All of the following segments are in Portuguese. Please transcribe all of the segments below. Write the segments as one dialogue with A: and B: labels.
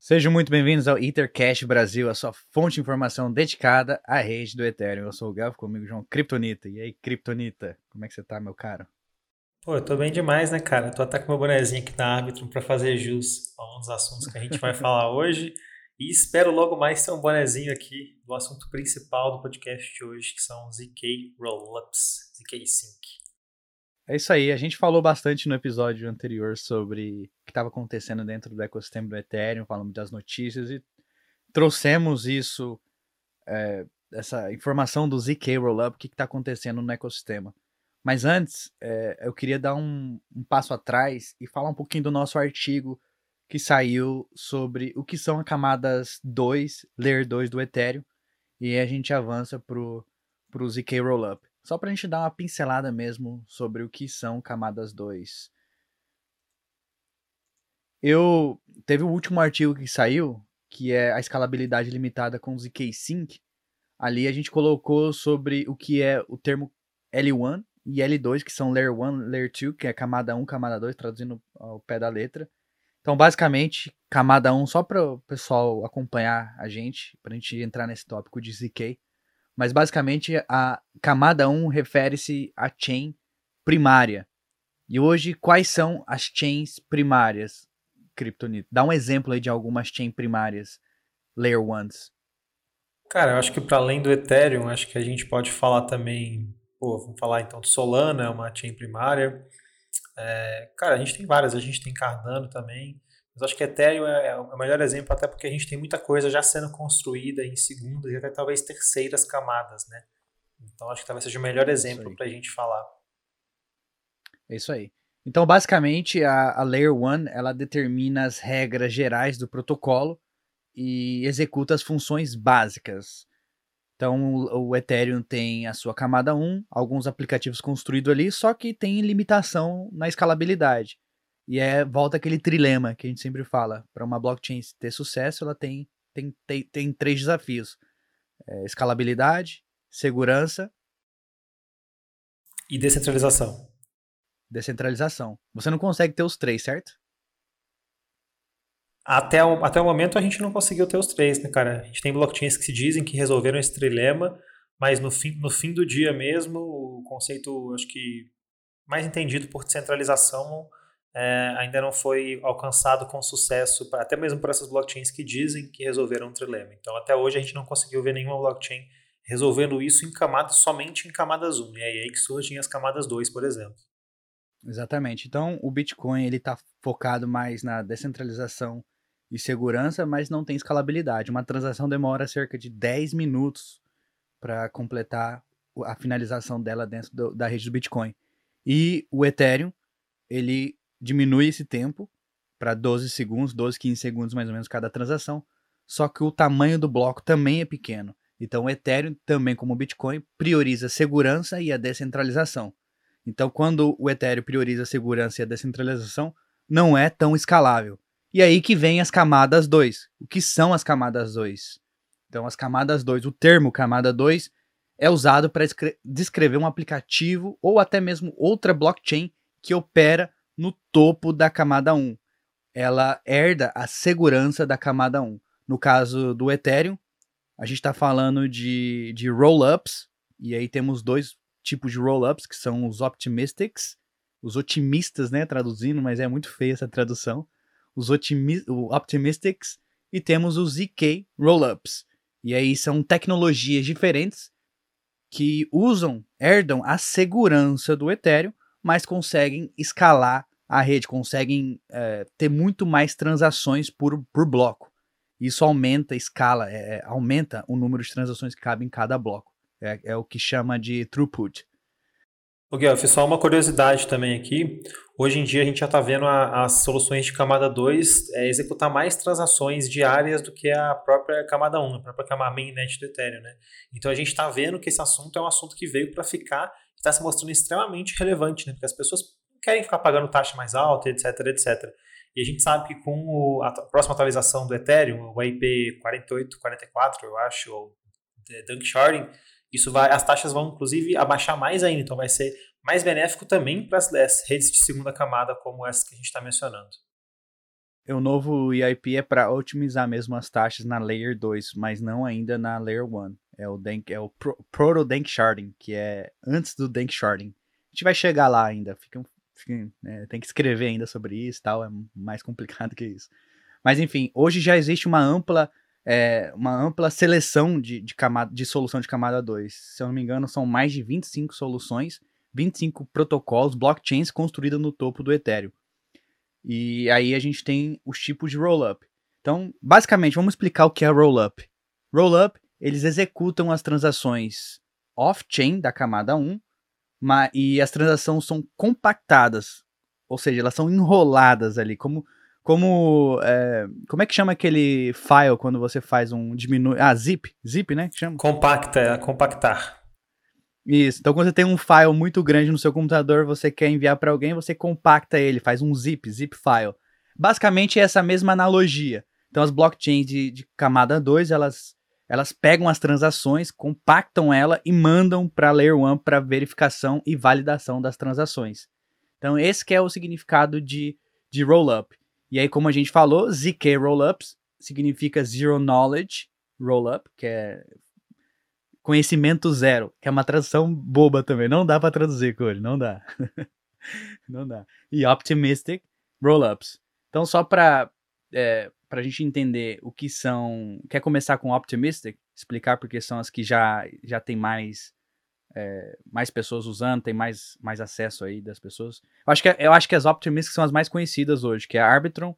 A: Sejam muito bem-vindos ao Ethercast Brasil, a sua fonte de informação dedicada à rede do Ethereum. Eu sou o Gabo, comigo João Kryptonita. E aí, Kryptonita, como é que você tá, meu caro?
B: Pô, eu tô bem demais, né, cara? Tô até com meu bonezinho aqui da Arbitrum pra fazer jus a um dos assuntos que a gente vai falar hoje. E espero logo mais ter um bonezinho aqui do assunto principal do podcast de hoje, que são ZK Rollups, ZK Sync.
A: É isso aí, a gente falou bastante no episódio anterior sobre o que estava acontecendo dentro do ecossistema do Ethereum, falamos das notícias e trouxemos essa informação do ZK Rollup, o que está acontecendo no ecossistema. Mas antes, eu queria dar um passo atrás e falar um pouquinho do nosso artigo que saiu sobre o que são as camadas 2, Layer 2 do Ethereum, e aí a gente avança pro ZK Rollup. Só para a gente dar uma pincelada mesmo sobre o que são camadas 2. Teve o último artigo que saiu, que é a escalabilidade limitada com ZK Sync. Ali a gente colocou sobre o que é o termo L1 e L2, que são Layer 1, Layer 2, que é camada 1, camada 2, traduzindo ao pé da letra. Então, basicamente, camada 1, só para o pessoal acompanhar a gente, para a gente entrar nesse tópico de ZK. Mas, basicamente, a camada 1 refere-se à chain primária. E hoje, quais são as chains primárias, Kryptonite? Dá um exemplo aí de algumas chains primárias, Layer 1s.
B: Cara, eu acho que para além do Ethereum, acho que a gente pode falar também, pô, vamos falar então de Solana, é uma chain primária. Cara, a gente tem várias, a gente tem Cardano também, mas acho que Ethereum é o melhor exemplo, até porque a gente tem muita coisa já sendo construída em segundas e até talvez terceiras camadas, né? Então acho que talvez seja o melhor
A: Isso
B: exemplo
A: aí.
B: para a gente falar.
A: É isso aí. Então, basicamente, a Layer 1 ela determina as regras gerais do protocolo e executa as funções básicas. Então, o Ethereum tem a sua camada 1, alguns aplicativos construídos ali, só que tem limitação na escalabilidade. E volta aquele trilema que a gente sempre fala. Para uma blockchain ter sucesso, ela tem três desafios: escalabilidade, segurança,
B: E descentralização.
A: descentralização. Você não consegue ter os três, certo?
B: Até o momento a gente não conseguiu ter os três, né, cara? A gente tem blockchains que se dizem que resolveram esse trilema, mas no fim do dia mesmo, o conceito, acho que mais entendido por descentralização, ainda não foi alcançado com sucesso, até mesmo por essas blockchains que dizem que resolveram um trilema. Então, até hoje, a gente não conseguiu ver nenhuma blockchain resolvendo isso em camadas, somente em camadas 1. E é aí que surgem as camadas 2, por exemplo.
A: Exatamente. Então, o Bitcoin ele está focado mais na descentralização e segurança, mas não tem escalabilidade. Uma transação demora cerca de 10 minutos para completar a finalização dela dentro da rede do Bitcoin. E o Ethereum, ele diminui esse tempo para 12 segundos, 12, 15 segundos mais ou menos cada transação, só que o tamanho do bloco também é pequeno. Então o Ethereum, também como o Bitcoin, prioriza a segurança e a descentralização. Então quando o Ethereum prioriza a segurança e a descentralização, não é tão escalável. E aí que vem as camadas 2. O que são as camadas 2? Então as camadas 2, o termo camada 2 é usado para descrever um aplicativo ou até mesmo outra blockchain que opera no topo da camada 1. Ela herda a segurança da camada 1. No caso do Ethereum, a gente está falando de roll-ups, e aí temos dois tipos de roll-ups, que são os optimistics, os otimistas, né, traduzindo, mas é muito feia essa tradução, os optimistics, e temos os ZK roll-ups. E aí são tecnologias diferentes que herdam a segurança do Ethereum, mas conseguem escalar a rede, conseguem ter muito mais transações por bloco. Isso aumenta a escala, aumenta o número de transações que cabem em cada bloco. É o que chama de throughput.
B: O Guelph, só uma curiosidade também aqui. Hoje em dia a gente já está vendo as soluções de camada 2 executar mais transações diárias do que a própria camada 1, a própria camada mainnet do Ethereum, né? Então a gente está vendo que esse assunto é um assunto que veio para ficar e está se mostrando extremamente relevante, né? Porque as pessoas não querem ficar pagando taxa mais alta, etc, etc. E a gente sabe que com a próxima atualização do Ethereum, o IP 4844, eu acho, ou Danksharding, as taxas vão inclusive abaixar mais ainda, então vai ser mais benéfico também para as redes de segunda camada como essa que a gente está mencionando.
A: o novo EIP é para otimizar mesmo as taxas na Layer 2, mas não ainda na Layer 1. É o Proto Dank Sharding, que é antes do Dank Sharding. A gente vai chegar lá ainda, tem que escrever ainda sobre isso e tal, é mais complicado que isso. Mas enfim, hoje já existe uma ampla seleção de solução de camada 2. Se eu não me engano, são mais de 25 soluções, 25 protocolos, blockchains construídas no topo do Ethereum. E aí a gente tem os tipos de rollup. Então, basicamente, vamos explicar o que é rollup. Rollup, eles executam as transações off-chain da camada 1, e as transações são compactadas, ou seja, elas são enroladas ali, como é que chama aquele file quando você faz zip, né, que chama?
B: Compactar.
A: Isso, então quando você tem um file muito grande no seu computador, você quer enviar para alguém, você compacta ele, faz um zip file. Basicamente é essa mesma analogia. Então as blockchains de camada 2, elas pegam as transações, compactam ela e mandam para a Layer 1 para verificação e validação das transações. Então esse que é o significado de rollup. E aí, como a gente falou, ZK Rollups significa Zero Knowledge Rollup, que é conhecimento zero, que é uma tradução boba também. Não dá para traduzir com ele, não dá. Não dá. E Optimistic Rollups. Então, só para a gente entender o que são... Quer começar com Optimistic? Explicar porque são as que já tem mais pessoas usando, tem mais acesso aí das pessoas. Eu acho que as Optimistic são as mais conhecidas hoje, que é a Arbitrum,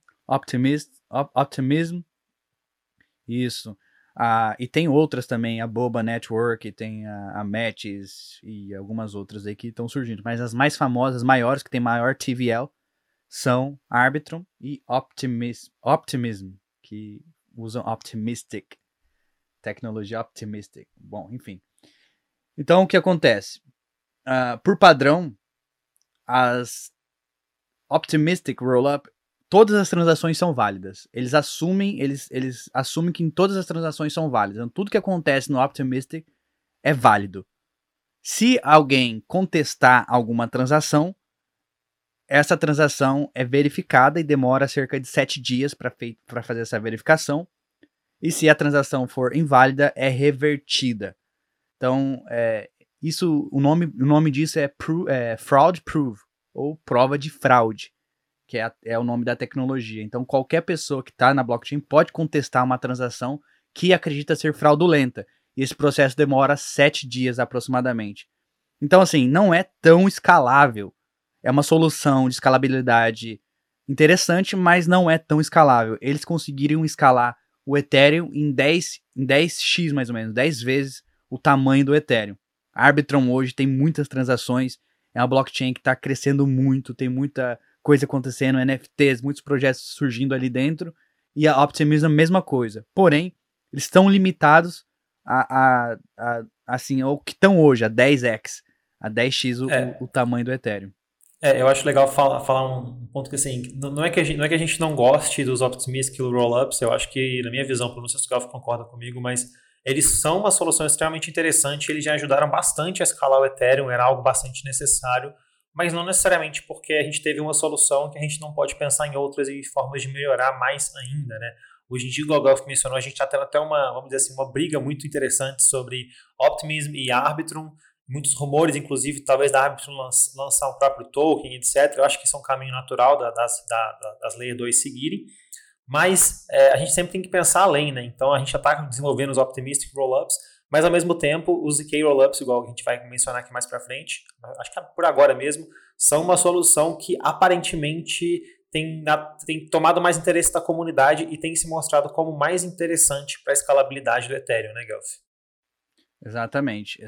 A: Optimism, isso. E tem outras também, a Boba Network, tem a Matches e algumas outras aí que estão surgindo. Mas as mais famosas, maiores, que tem maior TVL, são Arbitrum e Optimism, que usam Optimistic, tecnologia Optimistic. Bom, enfim. Então, o que acontece? Por padrão, as Optimistic Rollup, todas as transações são válidas. Eles assumem que todas as transações são válidas. Então, tudo que acontece no Optimistic é válido. Se alguém contestar alguma transação, essa transação é verificada e demora cerca de 7 dias para fazer essa verificação. E se a transação for inválida, é revertida. Então, o nome disso é Fraud Proof, ou prova de fraude, que é o nome da tecnologia. Então, qualquer pessoa que está na blockchain pode contestar uma transação que acredita ser fraudulenta. E esse processo demora 7 dias aproximadamente. Então, assim, não é tão escalável. É uma solução de escalabilidade interessante, mas não é tão escalável. Eles conseguiriam escalar o Ethereum em 10x mais ou menos, 10 vezes o tamanho do Ethereum. A Arbitrum hoje tem muitas transações, é uma blockchain que está crescendo muito, tem muita coisa acontecendo, NFTs, muitos projetos surgindo ali dentro, e a Optimism a mesma coisa. Porém, eles estão limitados assim, ao que estão hoje, a 10x, a 10x o tamanho do Ethereum.
B: Eu acho legal falar um ponto que assim, não é que a gente não goste dos Optimistic Rollups, eu acho que, na minha visão, pelo menos o Galf concorda comigo, mas eles são uma solução extremamente interessante, eles já ajudaram bastante a escalar o Ethereum, era algo bastante necessário, mas não necessariamente porque a gente teve uma solução que a gente não pode pensar em outras e formas de melhorar mais ainda, né? Hoje em dia, o Galf mencionou, a gente está tendo até vamos dizer assim, uma briga muito interessante sobre Optimism e Arbitrum, muitos rumores, inclusive, talvez da Arbitrum lançar um próprio token, etc. Eu acho que isso é um caminho natural das Layer 2 seguirem. Mas a gente sempre tem que pensar além, né? Então a gente já está desenvolvendo os Optimistic Rollups, mas ao mesmo tempo os ZK Rollups, igual a gente vai mencionar aqui mais para frente, acho que por agora mesmo, são uma solução que aparentemente tem tomado mais interesse da comunidade e tem se mostrado como mais interessante para a escalabilidade do Ethereum, né, Guelph?
A: Exatamente.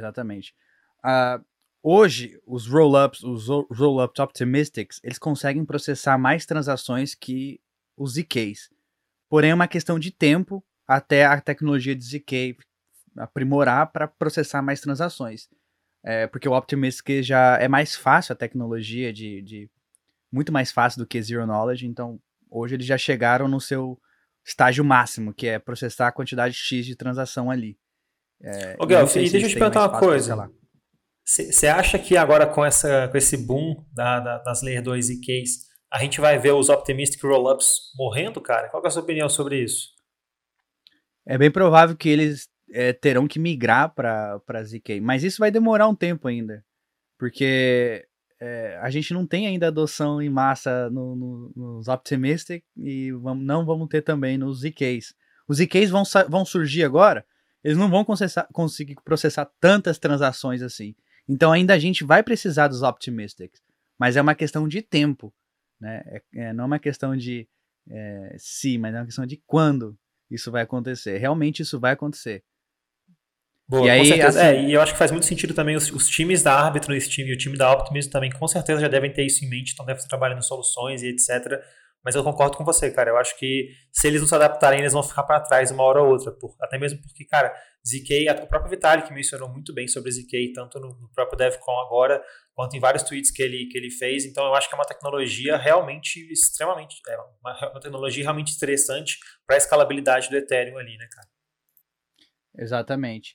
A: Hoje, os rollups optimistics, eles conseguem processar mais transações que os ZKs. Porém, é uma questão de tempo até a tecnologia de ZK aprimorar para processar mais transações. Porque o Optimistic já é mais fácil, a tecnologia muito mais fácil do que Zero Knowledge. Então, hoje eles já chegaram no seu estágio máximo, que é processar a quantidade X de transação ali.
B: Ô, Guelph, e deixa eu te perguntar uma coisa. Você acha que agora com esse boom das Layer 2 ZKs, a gente vai ver os Optimistic Rollups morrendo, cara? Qual que é a sua opinião sobre isso?
A: É bem provável que eles terão que migrar para ZK, mas isso vai demorar um tempo ainda, porque a gente não tem ainda adoção em massa nos Optimistic e não vamos ter também nos ZKs. Os ZKs vão surgir agora, eles não vão conseguir processar tantas transações assim. Então ainda a gente vai precisar dos Optimistics, mas é uma questão de tempo, né? Não é uma questão de se, mas é uma questão de quando isso vai acontecer. Realmente isso vai acontecer. E
B: Boa, com
A: aí,
B: certeza.
A: assim,
B: E eu acho que faz muito sentido também os times da Arbitrum e o time da Optimism também, com certeza já devem ter isso em mente, então devem estar trabalhando em soluções e etc. Mas eu concordo com você, cara. Eu acho que se eles não se adaptarem, eles vão ficar para trás uma hora ou outra. Até mesmo porque, cara, ZK, o próprio Vitalik mencionou muito bem sobre ZK, tanto no próprio DevCon agora, quanto em vários tweets que ele fez. Então eu acho que é uma tecnologia realmente extremamente. Uma tecnologia realmente interessante para a escalabilidade do Ethereum ali, né, cara?
A: exatamente.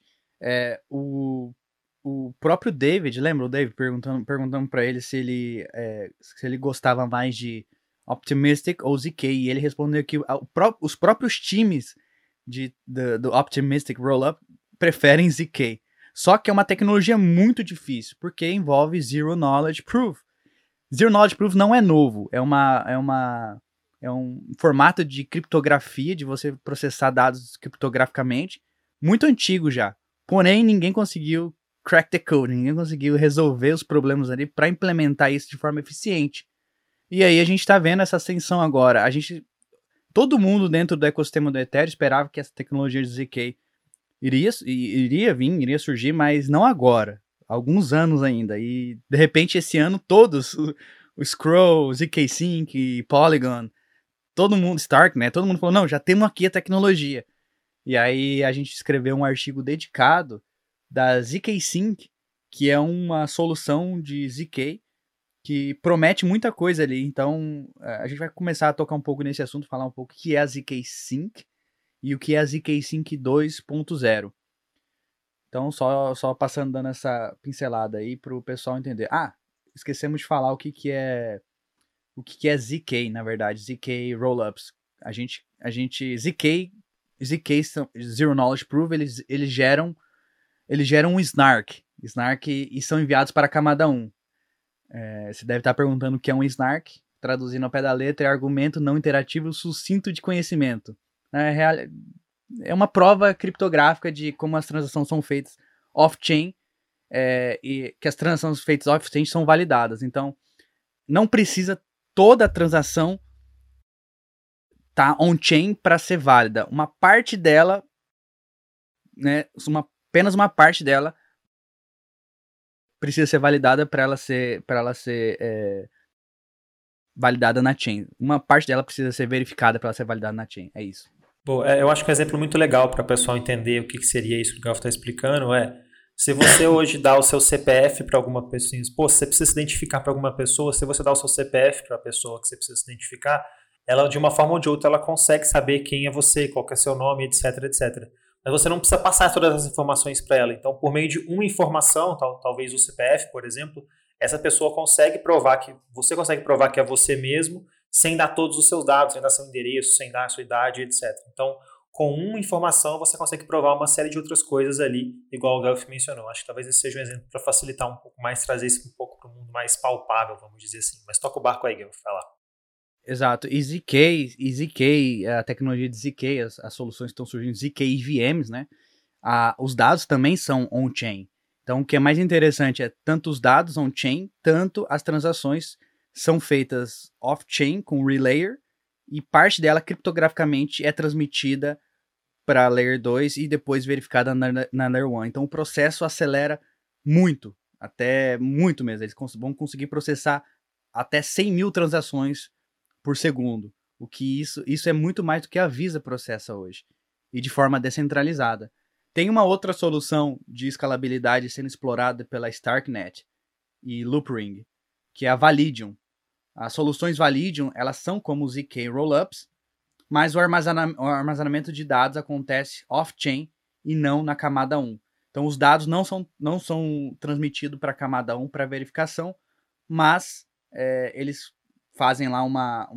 A: O próprio David, lembra o David perguntando para ele se ele gostava mais de Optimistic ou ZK, e ele respondeu que os próprios times do Optimistic Rollup preferem ZK. Só que é uma tecnologia muito difícil, porque envolve Zero Knowledge Proof. Zero Knowledge Proof não é novo, é um formato de criptografia, de você processar dados criptograficamente, muito antigo já. Porém, ninguém conseguiu crack the code, ninguém conseguiu resolver os problemas ali para implementar isso de forma eficiente. E aí a gente está vendo essa ascensão agora. Todo mundo dentro do ecossistema do Ethereum esperava que essa tecnologia de ZK iria surgir, mas não agora. Alguns anos ainda. E de repente esse ano todos, o Scroll, ZK Sync, Polygon, todo mundo, Stark, né? Todo mundo falou, não, já temos aqui a tecnologia. E aí a gente escreveu um artigo dedicado da ZK Sync, que é uma solução de ZK que promete muita coisa ali. Então a gente vai começar a tocar um pouco nesse assunto, falar um pouco o que é a ZK Sync e o que é a ZK Sync 2.0. Então, só passando, dando essa pincelada aí para o pessoal entender. Ah, esquecemos de falar o que é ZK, na verdade, ZK Rollups. ZK Zero Knowledge Proof, eles geram um Snark e são enviados para a camada 1. Você deve estar perguntando o que é um Snark. Traduzindo ao pé da letra, é argumento não interativo sucinto de conhecimento. É uma prova criptográfica de como as transações são feitas off-chain e que as transações feitas off-chain são validadas. Então, não precisa toda a transação tá on-chain para ser válida. Uma parte dela, né, apenas uma parte dela precisa ser validada para ela ser validada na chain. Uma parte dela precisa ser verificada para ela ser validada na chain. É isso.
B: Bom, eu acho que um exemplo muito legal para o pessoal entender o que seria isso que o Galo está explicando se você hoje dá o seu CPF para alguma pessoa, pô, você precisa se identificar para alguma pessoa, se você dá o seu CPF para a pessoa que você precisa se identificar, ela de uma forma ou de outra ela consegue saber quem é você, qual que é seu nome, etc, etc. Mas você não precisa passar todas as informações para ela. Então, por meio de uma informação, talvez o CPF, por exemplo, essa pessoa consegue provar que você consegue provar que é você mesmo, sem dar todos os seus dados, sem dar seu endereço, sem dar a sua idade, etc. Então, com uma informação, você consegue provar uma série de outras coisas ali, igual o Guelph mencionou. Acho que talvez esse seja um exemplo para facilitar um pouco mais, trazer isso um pouco para o mundo mais palpável, vamos dizer assim. Mas toca o barco aí, Guelph, vai lá.
A: Exato. E ZK, a tecnologia de ZK, as soluções que estão surgindo, ZK e VMs, né? Os dados também são on-chain. Então, o que é mais interessante é tanto os dados on-chain, tanto as transações são feitas off-chain com Relayer e parte dela criptograficamente é transmitida para a Layer 2 e depois verificada na Layer 1. Então o processo acelera muito, até muito mesmo. Eles vão conseguir processar até 100 mil transações por segundo. O que isso é muito mais do que a Visa processa hoje. E de forma descentralizada. Tem uma outra solução de escalabilidade sendo explorada pela Starknet e Loopring, que é a Validium. As soluções Validium, elas são como os ZK Rollups, mas o armazenamento de dados acontece off-chain e não na camada 1. Então os dados não são transmitidos para a camada 1 para verificação, mas eles fazem lá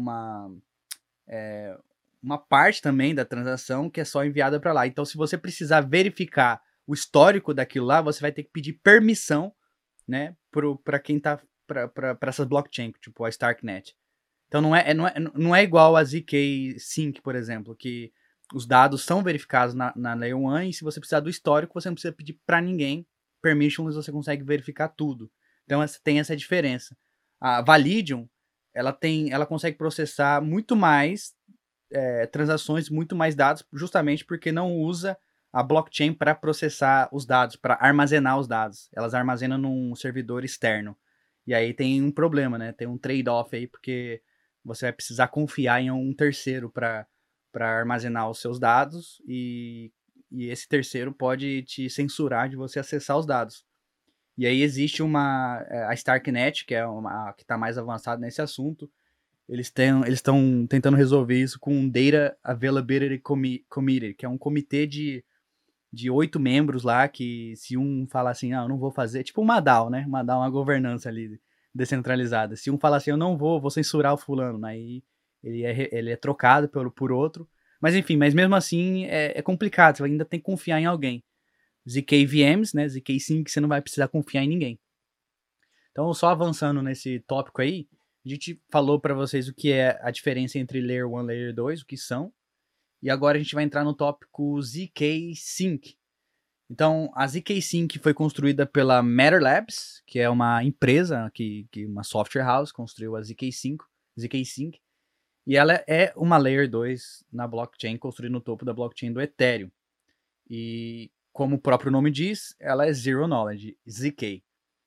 A: uma parte também da transação que é só enviada para lá. Então, se você precisar verificar o histórico daquilo lá, você vai ter que pedir permissão, né, para quem tá para essas blockchain, tipo a Starknet. Então não é igual a ZK Sync, por exemplo, que os dados são verificados na Layer 1 e se você precisar do histórico, você não precisa pedir para ninguém permissions, você consegue verificar tudo. Então tem essa diferença. A Validium, ela consegue processar muito mais transações, muito mais dados, justamente porque não usa a blockchain para processar os dados, para armazenar os dados. Elas armazenam num servidor externo. E aí tem um problema, né? Tem um trade-off aí, porque você vai precisar confiar em um terceiro para armazenar os seus dados e esse terceiro pode te censurar de você acessar os dados. E aí existe a Starknet, que é a que está mais avançada nesse assunto. Eles estão tentando resolver isso com um Data Availability Committee, que é um comitê de 8 membros lá, que se um falar assim, eu não vou fazer, tipo uma DAO, né? Uma DAO é uma governança ali descentralizada. Se um falar assim, eu não vou censurar o fulano, aí ele é trocado por outro. Mas enfim, mas mesmo assim é complicado, você ainda tem que confiar em alguém. ZK VMs, né? ZK Sync, você não vai precisar confiar em ninguém. Então, só avançando nesse tópico aí, a gente falou para vocês o que é a diferença entre Layer 1 e Layer 2, o que são. E agora a gente vai entrar no tópico ZK Sync. Então, a ZK Sync foi construída pela Matter Labs, que é uma empresa, uma software house, construiu a ZK Sync. E ela é uma Layer 2 na blockchain, construída no topo da blockchain do Ethereum. E, como o próprio nome diz, ela é Zero Knowledge, ZK.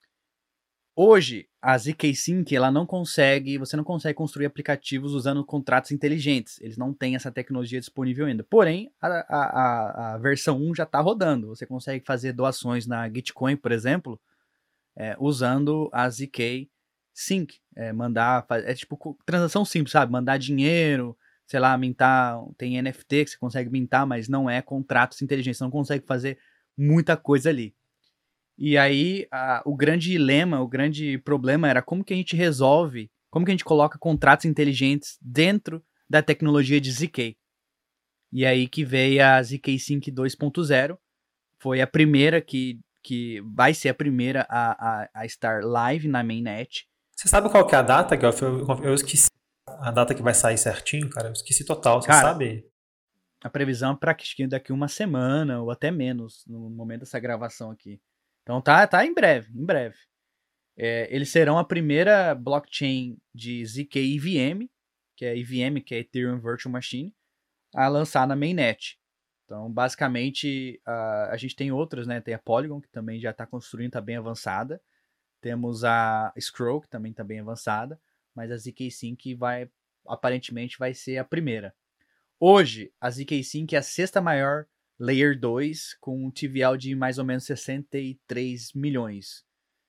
A: Hoje, a ZK Sync, você não consegue construir aplicativos usando contratos inteligentes. Eles não têm essa tecnologia disponível ainda. Porém, a versão 1 já está rodando. Você consegue fazer doações na Gitcoin, por exemplo, usando a ZK Sync. É tipo transação simples, sabe? Mandar dinheiro, sei lá, mintar. Tem NFT que você consegue mintar, mas não é contratos inteligentes. Você não consegue fazer muita coisa ali. E aí, o grande dilema, o grande problema era como que a gente resolve, como que a gente coloca contratos inteligentes dentro da tecnologia de ZK. E aí que veio a ZK Sync 2.0, foi a primeira que vai ser a primeira a estar live na mainnet.
B: Você sabe qual que é a data, Guelph? Eu esqueci a data que vai sair certinho, cara. Eu esqueci total, você
A: Cara,
B: sabe?
A: a previsão é para que daqui uma semana ou até menos, no momento dessa gravação aqui. Então tá em breve, em breve. Eles serão a primeira blockchain de ZK EVM, que é Ethereum Virtual Machine, a lançar na mainnet. Então, basicamente, a gente tem outras, né? Tem a Polygon, que também já está construindo, está bem avançada. Temos a Scroll, que também está bem avançada. Mas a ZK Sync aparentemente vai ser a primeira. Hoje, a ZK Sync é a sexta maior Layer 2, com um TVL de mais ou menos 63 milhões.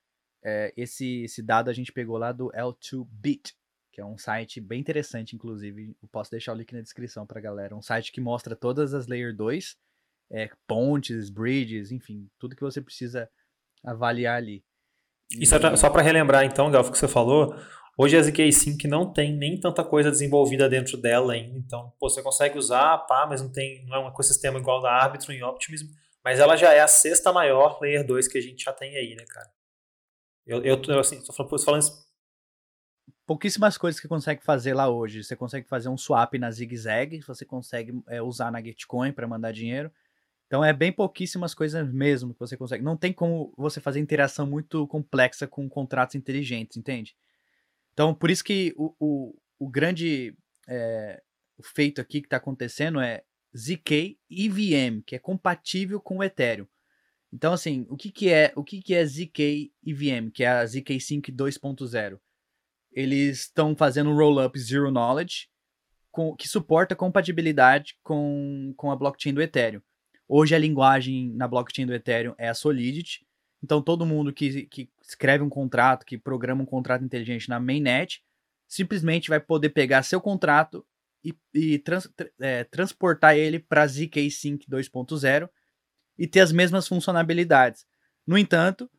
A: Esse dado a gente pegou lá do L2Bit, que é um site bem interessante, inclusive. Eu posso deixar o link na descrição pra galera. Um site que mostra todas as Layer 2, pontes, bridges, enfim, tudo que você precisa avaliar ali.
B: E só para relembrar, então, Guelph, o que você falou, hoje a ZK Sync não tem nem tanta coisa desenvolvida dentro dela ainda. Então, você consegue usar, mas não é um ecossistema igual da Arbitrum e Optimism, mas ela já é a sexta maior Layer 2 que a gente já tem aí, né, cara? Eu assim, tô falando isso.
A: Pouquíssimas coisas que você consegue fazer lá hoje. Você consegue fazer um swap na ZigZag, você consegue usar na Gitcoin para mandar dinheiro. Então é bem pouquíssimas coisas mesmo que você consegue. Não tem como você fazer interação muito complexa com contratos inteligentes, entende? Então por isso que o grande feito aqui que está acontecendo é ZK EVM, que é compatível com o Ethereum. Então assim, o que é ZK EVM, que é a ZK Sync 2.0? Eles estão fazendo um rollup Zero Knowledge que suporta compatibilidade com a blockchain do Ethereum. Hoje a linguagem na blockchain do Ethereum é a Solidity. Então todo mundo que escreve um contrato, que programa um contrato inteligente na mainnet, simplesmente vai poder pegar seu contrato e transportar ele para ZK Sync 2.0 e ter as mesmas funcionalidades. No entanto,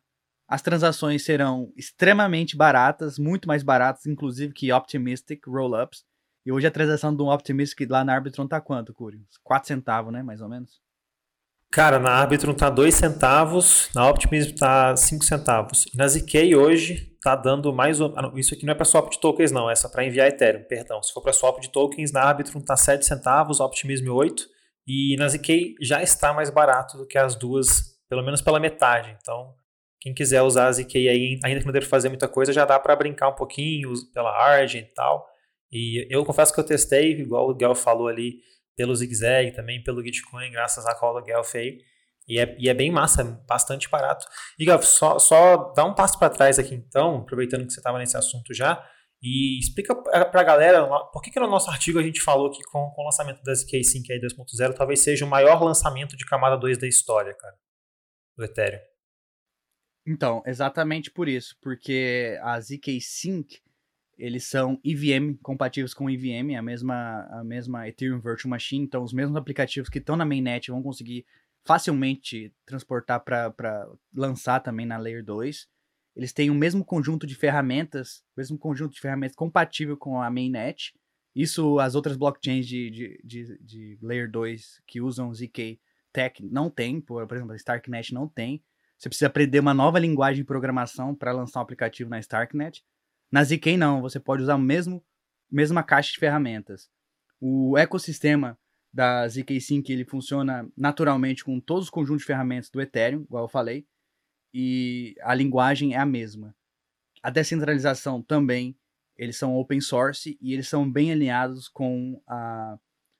A: As transações serão extremamente baratas, muito mais baratas, inclusive, que Optimistic Rollups. E hoje a transação do Optimistic lá na Arbitrum tá quanto, Curi? 4 centavos, né? Mais ou menos.
B: Cara, na Arbitrum tá 2 centavos, na Optimism tá 5 centavos. E na ZK hoje tá dando mais isso aqui não é para swap de tokens não, é só para enviar Ethereum, perdão. Se for para swap de tokens, na Arbitrum tá 7 centavos, Optimism 8 e na ZK já está mais barato do que as duas, pelo menos pela metade. Então, quem quiser usar a ZK aí, ainda que não deve fazer muita coisa, já dá para brincar um pouquinho pela Argent e tal. E eu confesso que eu testei, igual o Gal falou ali, pelo ZigZag, também pelo Gitcoin, graças à call do Guelph aí. E é bem massa, bastante barato. E, Guelph, só dá um passo para trás aqui então, aproveitando que você estava nesse assunto já, e explica para a galera por que no nosso artigo a gente falou que com o lançamento da ZK-Sync 2.0 talvez seja o maior lançamento de camada 2 da história, cara, do Ethereum.
A: Então, exatamente por isso, porque a ZK-Sync, eles são EVM, compatíveis com EVM, a mesma Ethereum Virtual Machine, então os mesmos aplicativos que estão na mainnet vão conseguir facilmente transportar para lançar também na Layer 2. Eles têm o mesmo conjunto de ferramentas, compatível com a mainnet. Isso as outras blockchains de Layer 2 que usam ZK Tech não tem, por exemplo, a Starknet não tem. Você precisa aprender uma nova linguagem de programação para lançar um aplicativo na Starknet. Na ZK não, você pode usar a mesma caixa de ferramentas. O ecossistema da ZK-Sync ele funciona naturalmente com todos os conjuntos de ferramentas do Ethereum, igual eu falei, e a linguagem é a mesma. A descentralização também, eles são open source e eles são bem alinhados com a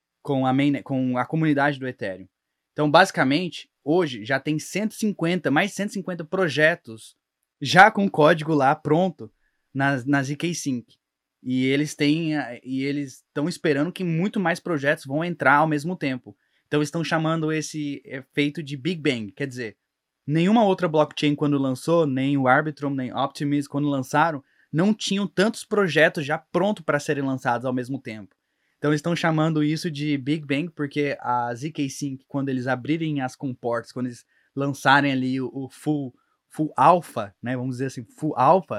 A: comunidade do Ethereum. Então, basicamente, hoje já tem mais de 150 projetos já com código lá pronto na ZK-Sync. E eles estão esperando que muito mais projetos vão entrar ao mesmo tempo. Então estão chamando esse efeito de Big Bang. Quer dizer, nenhuma outra blockchain quando lançou, nem o Arbitrum, nem Optimism quando lançaram, não tinham tantos projetos já prontos para serem lançados ao mesmo tempo. Então eles estão chamando isso de Big Bang porque a ZK-Sync, quando eles abrirem as comportas, quando eles lançarem ali o full alpha, né, vamos dizer assim, full alpha,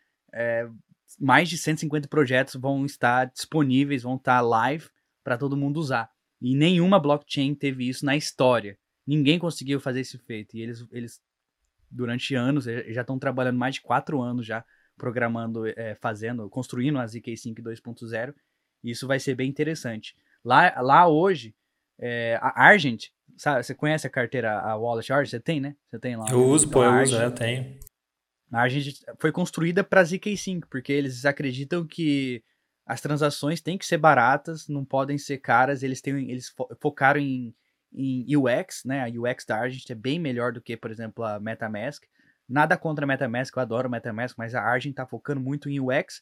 A: mais de 150 projetos vão estar disponíveis, vão estar live para todo mundo usar. E nenhuma blockchain teve isso na história. Ninguém conseguiu fazer esse feito. E eles durante anos, já estão trabalhando mais de 4 anos já, programando, construindo a ZK-Sync 2.0. E isso vai ser bem interessante. Lá hoje, a Argent, sabe, você conhece a carteira, a Wallet Argent? Você tem, né? Você tem lá.
B: Eu uso, eu tenho.
A: A Argent foi construída para ZK-Sync, porque eles acreditam que as transações têm que ser baratas, não podem ser caras. Eles focaram em UX, né? A UX da Argent é bem melhor do que, por exemplo, a MetaMask. Nada contra a MetaMask, eu adoro a MetaMask, mas a Argent está focando muito em UX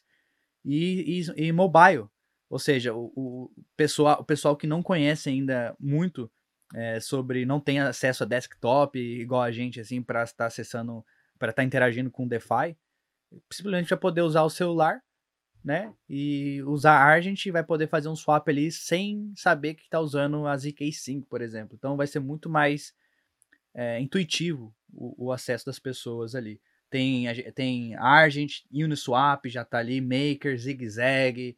A: e mobile. Ou seja, o pessoal que não conhece ainda muito sobre, não tem acesso a desktop igual a gente, assim, para estar acessando, para estar interagindo com o DeFi, simplesmente vai poder usar o celular, né? E usar a Argent e vai poder fazer um swap ali sem saber que está usando a ZK-Sync, por exemplo. Então vai ser muito mais intuitivo o acesso das pessoas ali. Tem Argent, Uniswap já está ali, Maker, ZigZag,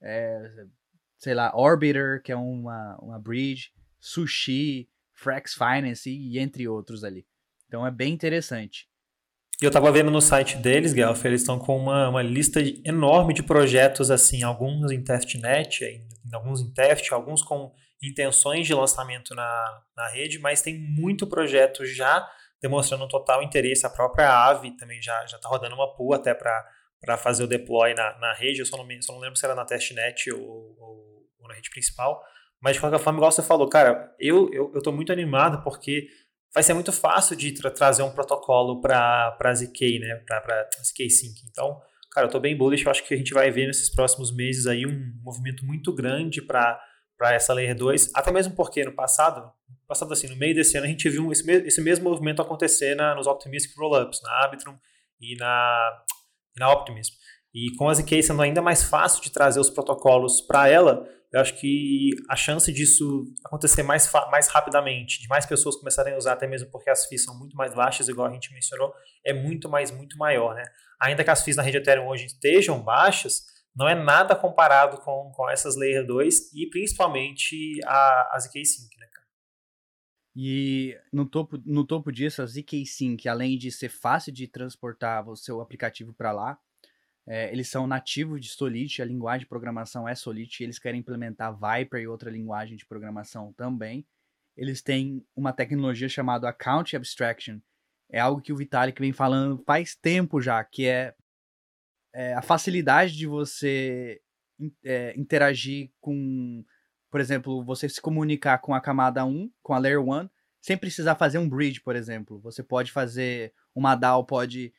A: sei lá, Orbiter, que é uma bridge, Sushi, Frax Finance e entre outros ali. Então é bem interessante.
B: Eu estava vendo no site deles, Guelph, eles estão com uma lista enorme de projetos, assim, alguns em testnet, alguns em teste, alguns com intenções de lançamento na rede, mas tem muito projeto já demonstrando total interesse. A própria Aave também já está rodando uma pool até para fazer o deploy na rede. Eu só não lembro se era na testnet ou na rede principal. Mas, de qualquer forma, igual você falou, cara, eu estou muito animado porque vai ser muito fácil de trazer um protocolo para ZK, né? Para ZK-Sync. Então, cara, eu estou bem bullish. Eu acho que a gente vai ver nesses próximos meses aí um movimento muito grande para essa Layer 2. Até mesmo porque no passado assim, no meio desse ano, a gente viu esse mesmo movimento acontecer nos Optimistic Rollups, na Arbitrum e na Optimism. E com a ZK sendo ainda mais fácil de trazer os protocolos para ela, eu acho que a chance disso acontecer mais rapidamente, de mais pessoas começarem a usar, até mesmo porque as FIIs são muito mais baixas, igual a gente mencionou, é muito maior, né? Ainda que as FIIs na rede Ethereum hoje estejam baixas, não é nada comparado com essas Layer 2 e principalmente a ZK-Sync, né, cara?
A: E no topo disso, a ZK-Sync, além de ser fácil de transportar o seu aplicativo para lá, eles são nativos de Solid, a linguagem de programação é Solid, e eles querem implementar Viper e outra linguagem de programação também. Eles têm uma tecnologia chamada Account Abstraction. É algo que o Vitalik vem falando faz tempo já, que é a facilidade de você interagir com, por exemplo, você se comunicar com a camada 1, com a Layer 1, sem precisar fazer um bridge, por exemplo. Você pode fazer, uma DAO pode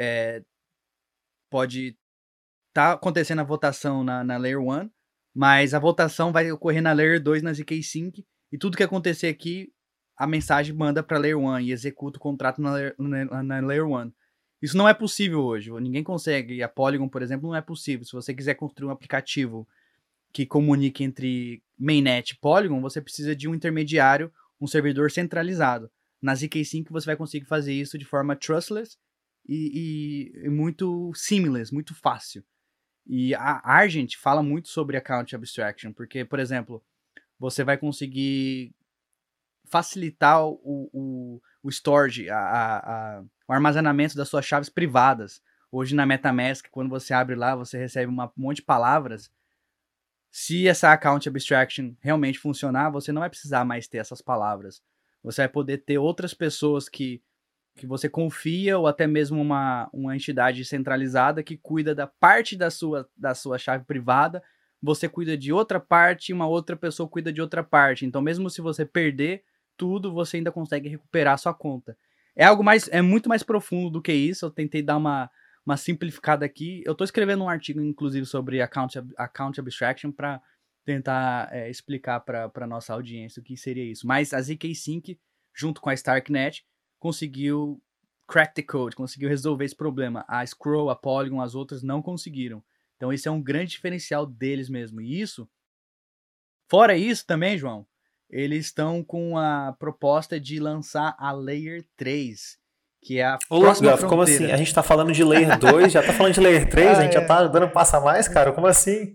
A: tá acontecendo a votação na Layer 1, mas a votação vai ocorrer na Layer 2, na ZK-Sync, e tudo que acontecer aqui, a mensagem manda para Layer 1 e executa o contrato na Layer 1. Isso não é possível hoje, ninguém consegue. A Polygon, por exemplo, não é possível. Se você quiser construir um aplicativo que comunique entre mainnet e Polygon, você precisa de um intermediário, um servidor centralizado. Na ZK-Sync você vai conseguir fazer isso de forma trustless e muito seamless, muito fácil. E a Argent fala muito sobre Account Abstraction, porque, por exemplo, você vai conseguir facilitar o storage, o armazenamento das suas chaves privadas. Hoje na MetaMask, quando você abre lá, você recebe um monte de palavras. Se essa Account Abstraction realmente funcionar, você não vai precisar mais ter essas palavras. Você vai poder ter outras pessoas que você confia, ou até mesmo uma entidade centralizada que cuida da parte da sua chave privada, você cuida de outra parte e uma outra pessoa cuida de outra parte. Então, mesmo se você perder tudo, você ainda consegue recuperar a sua conta. É muito mais profundo do que isso. Eu tentei dar uma simplificada aqui. Eu estou escrevendo um artigo, inclusive, sobre Account Abstraction para tentar explicar para nossa audiência o que seria isso. Mas a ZK-Sync, junto com a Starknet, conseguiu crack the code, conseguiu resolver esse problema. A Scroll, a Polygon, as outras não conseguiram. Então esse é um grande diferencial deles mesmo. E isso, fora isso também, João, eles estão com a proposta de lançar a Layer 3, que é a próxima fronteira.
B: Como assim? A gente tá falando de Layer 2, já tá falando de Layer 3, a gente já tá dando um passo a mais, cara? Como assim?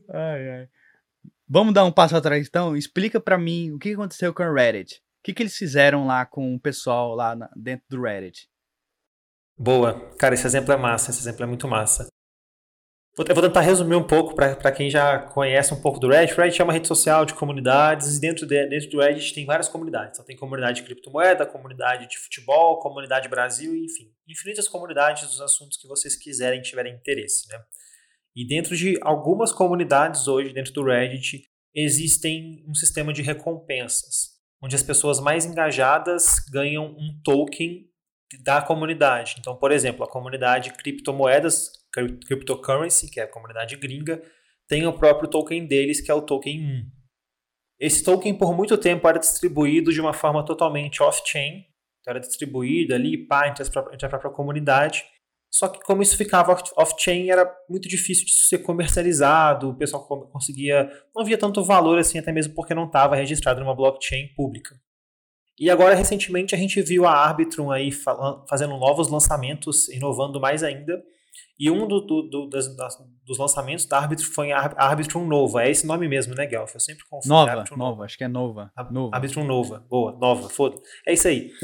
A: Vamos dar um passo atrás então? Explica pra mim o que aconteceu com o Reddit. O que eles fizeram lá com o pessoal lá dentro do Reddit?
B: Boa. Cara, esse exemplo é massa, esse exemplo é muito massa. Eu vou tentar resumir um pouco para quem já conhece um pouco do Reddit. O Reddit é uma rede social de comunidades e dentro do Reddit tem várias comunidades. Então tem comunidade de criptomoeda, comunidade de futebol, comunidade Brasil, enfim. Infinitas comunidades dos assuntos que vocês quiserem e tiverem interesse, né? E dentro de algumas comunidades hoje, dentro do Reddit, existem um sistema de recompensas, onde as pessoas mais engajadas ganham um token da comunidade. Então, por exemplo, a comunidade criptomoedas, cryptocurrency, que é a comunidade gringa, tem o próprio token deles, que é o token 1. Esse token, por muito tempo, era distribuído de uma forma totalmente off-chain, então era distribuído ali, entre a própria comunidade. Só que como isso ficava off-chain, era muito difícil de ser comercializado, o pessoal não havia tanto valor assim, até mesmo porque não estava registrado numa blockchain pública. E agora, recentemente, a gente viu a Arbitrum aí fazendo novos lançamentos, inovando mais ainda. E um dos lançamentos da Arbitrum foi a Arbitrum Nova. É esse nome mesmo, né, Guelph? Eu sempre confundo.
A: Nova, acho que é Nova.
B: Arbitrum Nova. Boa, Nova, foda. É isso aí.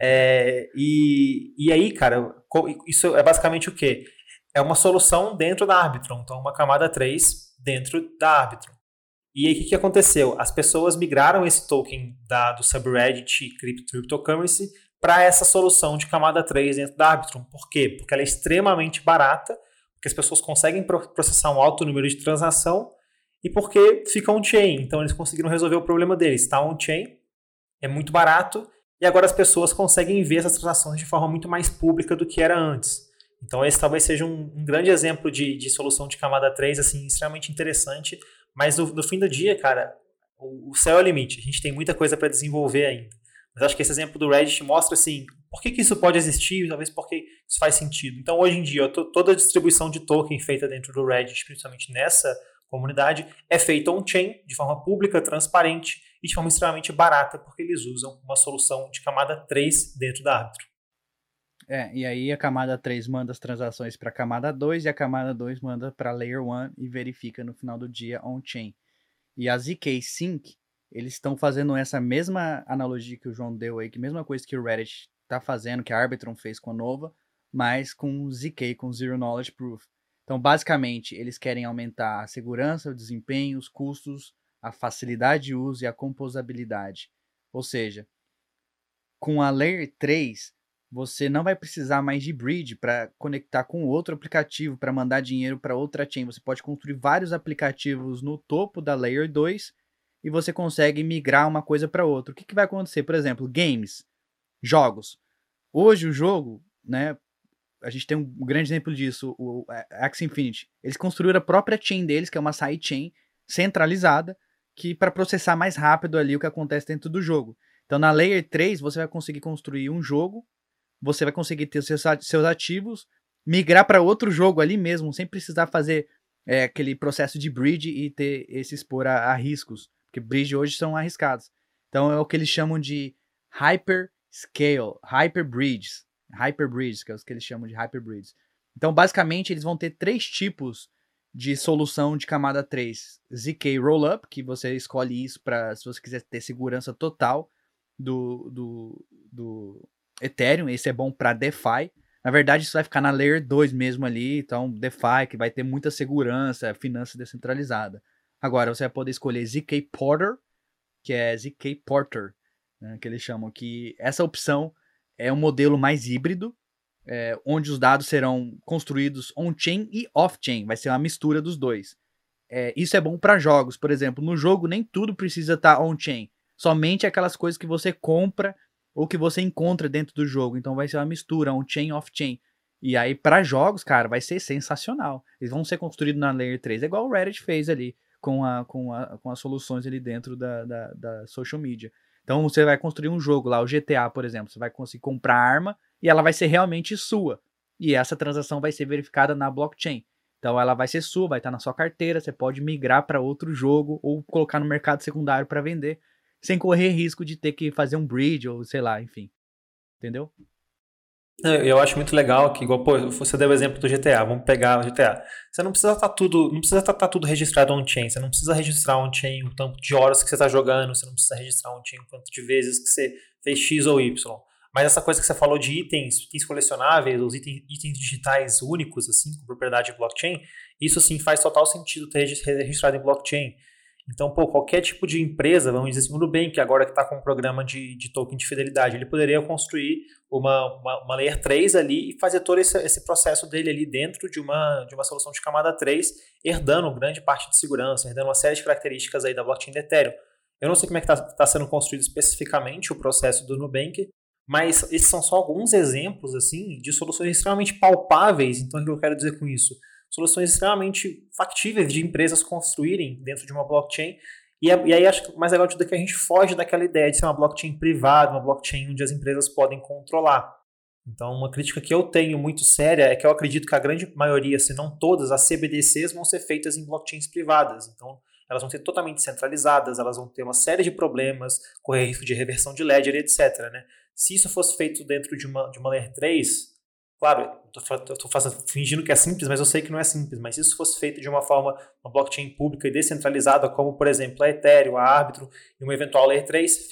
B: E aí, cara, isso é basicamente o quê? É uma solução dentro da Arbitrum. Então, uma camada 3 dentro da Arbitrum. E aí, o que aconteceu? As pessoas migraram esse token do subreddit Cryptocurrency para essa solução de camada 3 dentro da Arbitrum. Por quê? Porque ela é extremamente barata, porque as pessoas conseguem processar um alto número de transação e porque fica on-chain. Então, eles conseguiram resolver o problema deles. Está on-chain, é muito barato, e agora as pessoas conseguem ver essas transações de forma muito mais pública do que era antes. Então, esse talvez seja um grande exemplo de solução de camada 3, assim, extremamente interessante. Mas no fim do dia, cara, o céu é o limite. A gente tem muita coisa para desenvolver ainda. Mas acho que esse exemplo do Reddit mostra, assim, por que isso pode existir, talvez porque isso faz sentido. Então, hoje em dia, toda a distribuição de token feita dentro do Reddit, principalmente nessa comunidade, é feito on-chain, de forma pública, transparente e de forma extremamente barata, porque eles usam uma solução de camada 3 dentro da Arbitrum.
A: E aí a camada 3 manda as transações para a camada 2 e a camada 2 manda para a Layer 1 e verifica no final do dia on-chain. E a ZK Sync, eles estão fazendo essa mesma analogia que o João deu aí, que a mesma coisa que o Reddit está fazendo, que a Arbitrum fez com a Nova, mas com ZK, com Zero Knowledge Proof. Então, basicamente, eles querem aumentar a segurança, o desempenho, os custos, a facilidade de uso e a composabilidade. Ou seja, com a Layer 3, você não vai precisar mais de bridge para conectar com outro aplicativo, para mandar dinheiro para outra chain. Você pode construir vários aplicativos no topo da Layer 2 e você consegue migrar uma coisa para outra. O que vai acontecer? Por exemplo, games, jogos. Hoje o jogo, né, a gente tem um grande exemplo disso, o Axie Infinity. Eles construíram a própria chain deles, que é uma sidechain centralizada, que para processar mais rápido ali o que acontece dentro do jogo. Então na Layer 3 você vai conseguir construir um jogo, você vai conseguir ter seus ativos, migrar para outro jogo ali mesmo, sem precisar fazer aquele processo de bridge e se expor a riscos, porque bridge hoje são arriscados. Então é o que eles chamam de hyperscale, hyperbridges, que é o que eles chamam de hyperbridges. Então basicamente eles vão ter 3 tipos de solução de camada 3. ZK Rollup, que você escolhe isso para se você quiser ter segurança total do Ethereum, esse é bom para DeFi. Na verdade, isso vai ficar na Layer 2 mesmo ali, então DeFi, que vai ter muita segurança, finança descentralizada. Agora, você vai poder escolher ZK Porter, que é ZK Porter, né, que eles chamam, que essa opção é um modelo mais híbrido, onde os dados serão construídos on-chain e off-chain, vai ser uma mistura dos dois. Isso é bom para jogos, por exemplo, no jogo nem tudo precisa estar on-chain, somente aquelas coisas que você compra ou que você encontra dentro do jogo. Então vai ser uma mistura, on-chain, off-chain. E aí, para jogos, cara, vai ser sensacional. Eles vão ser construídos na Layer 3, igual o Reddit fez ali, com as soluções ali dentro da social media. Então você vai construir um jogo lá, o GTA, por exemplo. Você vai conseguir comprar arma e ela vai ser realmente sua. E essa transação vai ser verificada na blockchain. Então ela vai ser sua, vai estar na sua carteira, você pode migrar para outro jogo ou colocar no mercado secundário para vender, sem correr risco de ter que fazer um bridge ou sei lá, enfim. Entendeu?
B: Eu acho muito legal que, igual, você deu o exemplo do GTA, vamos pegar o GTA. Você não precisa estar tudo registrado on-chain, você não precisa registrar on-chain o tanto de horas que você está jogando, você não precisa registrar on-chain o quanto de vezes que você fez X ou Y. Mas essa coisa que você falou de itens colecionáveis, os itens digitais únicos, assim, com propriedade de blockchain, isso sim faz total sentido ter registrado em blockchain. Então, qualquer tipo de empresa, vamos dizer assim, o Nubank, agora que está com um programa de token de fidelidade, ele poderia construir uma Layer 3 ali e fazer todo esse processo dele ali dentro de uma solução de camada 3, herdando grande parte de segurança, herdando uma série de características aí da blockchain do Ethereum. Eu não sei como é que está sendo construído especificamente o processo do Nubank, mas esses são só alguns exemplos assim de soluções extremamente palpáveis. Então, o que eu quero dizer com isso? Soluções extremamente factíveis de empresas construírem dentro de uma blockchain. E aí acho que o mais legal de tudo é que a gente foge daquela ideia de ser uma blockchain privada, uma blockchain onde as empresas podem controlar. Então, uma crítica que eu tenho muito séria é que eu acredito que a grande maioria, se não todas, as CBDCs vão ser feitas em blockchains privadas. Então, elas vão ser totalmente centralizadas, elas vão ter uma série de problemas, correr risco de reversão de ledger, etc. Né? Se isso fosse feito dentro de uma Layer 3, claro, eu estou fingindo que é simples, mas eu sei que não é simples. Mas se isso fosse feito de uma forma, uma blockchain pública e descentralizada, como, por exemplo, a Ethereum, a Arbitrum e uma eventual Layer 3,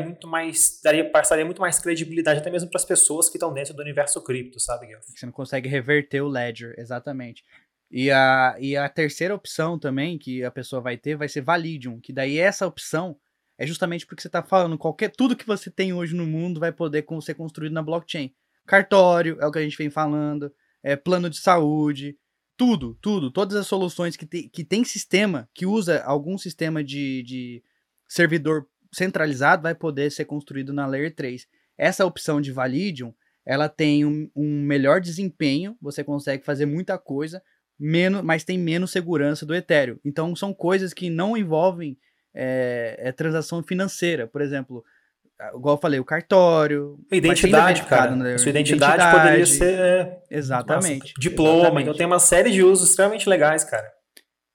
B: passaria muito mais credibilidade até mesmo para as pessoas que estão dentro do universo cripto, sabe, Guilherme?
A: Você não consegue reverter o ledger, exatamente. E a terceira opção também que a pessoa vai ter vai ser Validium, que daí essa opção é justamente porque você está falando, tudo que você tem hoje no mundo vai poder ser construído na blockchain. Cartório, é o que a gente vem falando, plano de saúde, todas as soluções que tem sistema, que usa algum sistema de servidor centralizado, vai poder ser construído na Layer 3. Essa opção de Validium, ela tem um melhor desempenho, você consegue fazer muita coisa, mas tem menos segurança do Ethereum. Então são coisas que não envolvem transação financeira, por exemplo, igual eu falei, o cartório.
B: Identidade, cara. Sua identidade poderia ser.
A: Exatamente.
B: Diploma. Exatamente. Então tem uma série de usos extremamente legais, cara.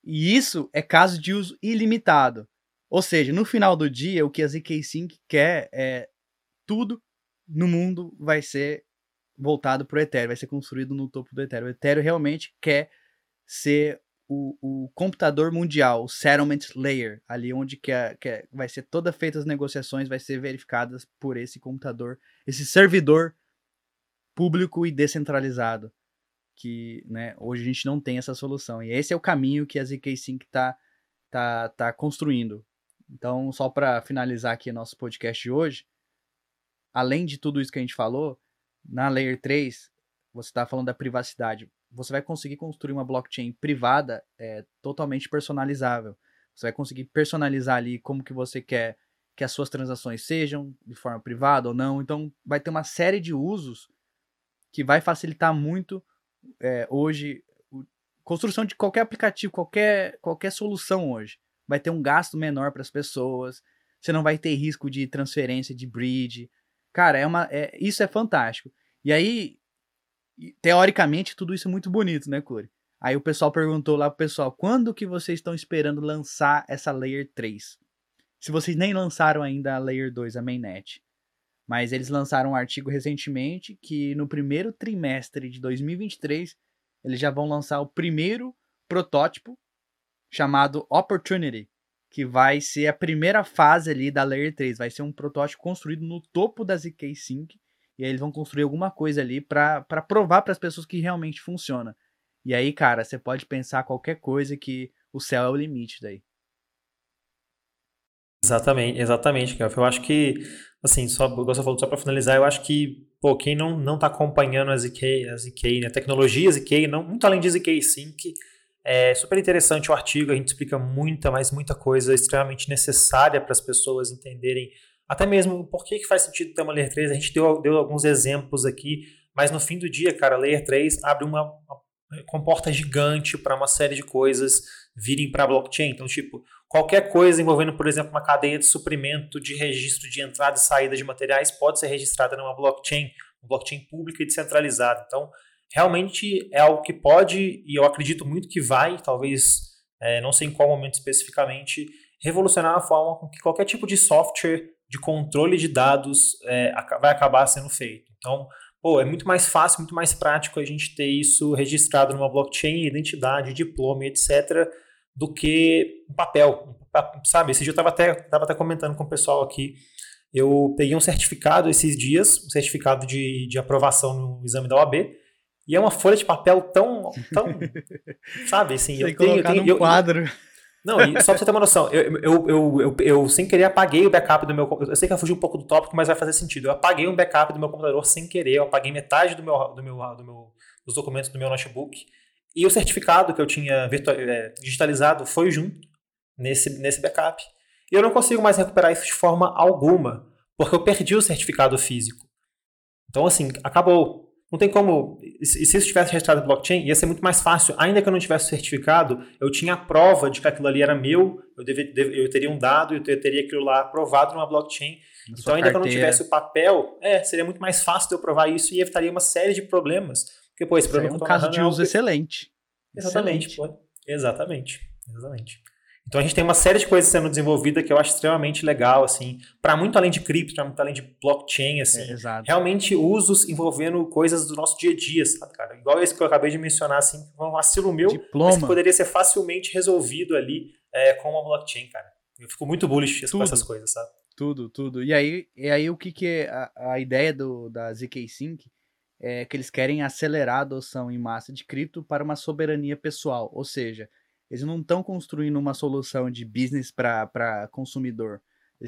A: E isso é caso de uso ilimitado. Ou seja, no final do dia, o que a zk-Sync quer é tudo no mundo vai ser voltado para o Ethereum, vai ser construído no topo do Ethereum. O Ethereum realmente quer ser o computador mundial, o settlement layer, ali onde vai ser toda feita as negociações, vai ser verificadas por esse computador, esse servidor público e descentralizado, que, né, hoje a gente não tem essa solução. E esse é o caminho que a zk-Sync tá construindo. Então, só para finalizar aqui nosso podcast de hoje, além de tudo isso que a gente falou, na Layer 3, você está falando da privacidade. Você vai conseguir construir uma blockchain privada totalmente personalizável. Você vai conseguir personalizar ali como que você quer que as suas transações sejam, de forma privada ou não. Então, vai ter uma série de usos que vai facilitar muito hoje a construção de qualquer aplicativo, qualquer solução hoje. Vai ter um gasto menor para as pessoas, você não vai ter risco de transferência de bridge. Cara, isso é fantástico. E aí, teoricamente, tudo isso é muito bonito, né, Corey? Aí o pessoal perguntou lá pro pessoal, quando que vocês estão esperando lançar essa Layer 3? Se vocês nem lançaram ainda a Layer 2, a mainnet. Mas eles lançaram um artigo recentemente que no primeiro trimestre de 2023 eles já vão lançar o primeiro protótipo chamado Opportunity, que vai ser a primeira fase ali da Layer 3. Vai ser um protótipo construído no topo da zk-Sync e aí eles vão construir alguma coisa ali para provar para as pessoas que realmente funciona. E aí, cara, você pode pensar qualquer coisa que o céu é o limite daí.
B: Exatamente, Kelvin. Eu acho que, assim, igual você falou, só para finalizar, eu acho que, pô, quem não tá acompanhando a ZK, né, a tecnologia ZK, não, muito além de ZK Sync, é super interessante o artigo, a gente explica muita coisa extremamente necessária para as pessoas entenderem, até mesmo por que faz sentido ter uma Layer 3, a gente deu alguns exemplos aqui, mas no fim do dia, cara, a Layer 3 abre uma comporta gigante para uma série de coisas virem para a blockchain. Então, tipo, qualquer coisa envolvendo, por exemplo, uma cadeia de suprimento de registro de entrada e saída de materiais pode ser registrada numa blockchain, uma blockchain pública e descentralizada. Então, realmente é algo que pode, e eu acredito muito que vai, talvez, não sei em qual momento especificamente, revolucionar a forma com que qualquer tipo de software de controle de dados vai acabar sendo feito. Então, pô, é muito mais fácil, muito mais prático a gente ter isso registrado numa blockchain, identidade, diploma, etc., do que um papel. Sabe, esse dia eu estava até comentando com o pessoal aqui, eu peguei um certificado esses dias, um certificado de aprovação no exame da OAB, e é uma folha de papel tão sabe, assim,
A: Você colocar num quadro.
B: Não, e só pra você ter uma noção, eu sem querer apaguei o backup do meu computador. Eu sei que eu fugi um pouco do tópico, mas vai fazer sentido. Eu apaguei um backup do meu computador sem querer, eu apaguei metade dos documentos do meu notebook. E o certificado que eu tinha digitalizado foi junto nesse backup. E eu não consigo mais recuperar isso de forma alguma, porque eu perdi o certificado físico. Então, assim, acabou. Não tem como. E se isso tivesse registrado no blockchain, ia ser muito mais fácil. Ainda que eu não tivesse o certificado, eu tinha a prova de que aquilo ali era meu, eu teria um dado, eu teria aquilo lá aprovado numa blockchain. Então, ainda que eu não tivesse o papel, seria muito mais fácil de eu provar isso e evitaria uma série de problemas. Porque, pô, esse problema
A: que eu tô narrando é um caso de uso excelente.
B: Exatamente, pô. Exatamente. Então a gente tem uma série de coisas sendo desenvolvida que eu acho extremamente legal, assim, para muito além de cripto, para muito além de blockchain, assim, realmente usos envolvendo coisas do nosso dia a dia, sabe, cara? Igual esse que eu acabei de mencionar, assim, um vacilo meu, mas que poderia ser facilmente resolvido ali com uma blockchain, cara. Eu fico muito bullish com essas coisas, sabe?
A: Tudo. E aí o que é a ideia da zk-Sync é que eles querem acelerar a adoção em massa de cripto para uma soberania pessoal, ou seja, eles não estão construindo uma solução de business para consumidor.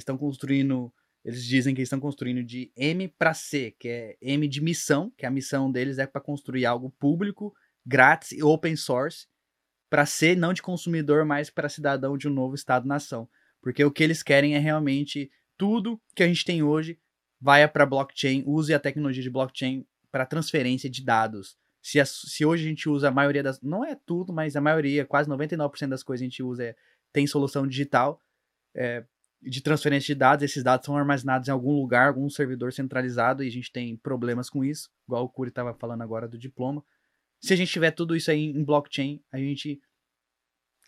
A: Eles dizem que estão construindo de M para C, que é M de missão, que a missão deles é para construir algo público, grátis e open source, para C não de consumidor, mas para cidadão de um novo estado-nação. Porque o que eles querem é realmente tudo que a gente tem hoje vai para blockchain, use a tecnologia de blockchain para transferência de dados. Se hoje a gente usa a maioria das... Não é tudo, mas a maioria, quase 99% das coisas que a gente usa tem solução digital de transferência de dados. Esses dados são armazenados em algum lugar, algum servidor centralizado, e a gente tem problemas com isso, igual o Curi estava falando agora do diploma. Se a gente tiver tudo isso aí em blockchain, a gente...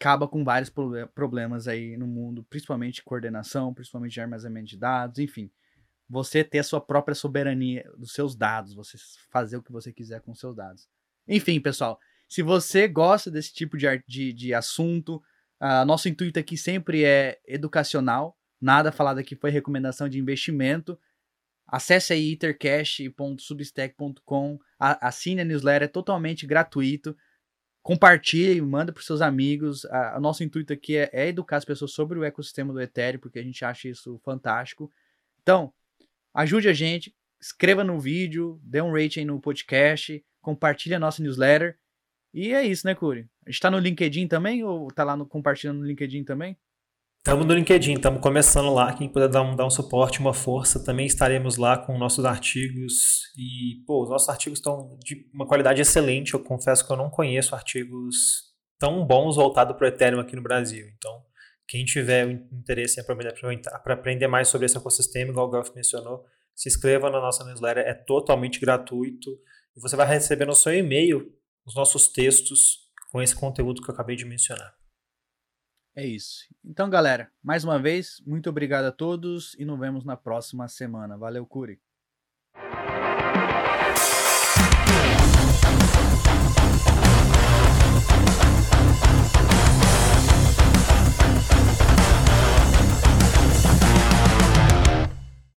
A: acaba com vários problemas aí no mundo, principalmente coordenação, principalmente de armazenamento de dados, enfim. Você ter a sua própria soberania dos seus dados, você fazer o que você quiser com os seus dados. Enfim, pessoal, se você gosta desse tipo de assunto, nosso intuito aqui sempre é educacional, nada falado aqui foi recomendação de investimento. Acesse aí ethercash.substack.com, assine a newsletter, é totalmente gratuito. Compartilhe, manda para os seus amigos. O nosso intuito aqui é educar as pessoas sobre o ecossistema do Ethereum, porque a gente acha isso fantástico. Então, ajude a gente, escreva no vídeo, dê um rating aí no podcast, compartilhe a nossa newsletter. E é isso, né, Curi? A gente tá no LinkedIn também ou tá lá compartilhando no LinkedIn também?
B: Estamos no LinkedIn, estamos começando lá. Quem puder dar um suporte, uma força, também estaremos lá com nossos artigos. E, os nossos artigos estão de uma qualidade excelente. Eu confesso que eu não conheço artigos tão bons voltados para o Ethereum aqui no Brasil. Então, quem tiver interesse em aprender mais sobre esse ecossistema, igual o Guelph mencionou, se inscreva na nossa newsletter, é totalmente gratuito. E você vai receber no seu e-mail os nossos textos com esse conteúdo que eu acabei de mencionar.
A: É isso. Então, galera, mais uma vez, muito obrigado a todos e nos vemos na próxima semana. Valeu, Curi.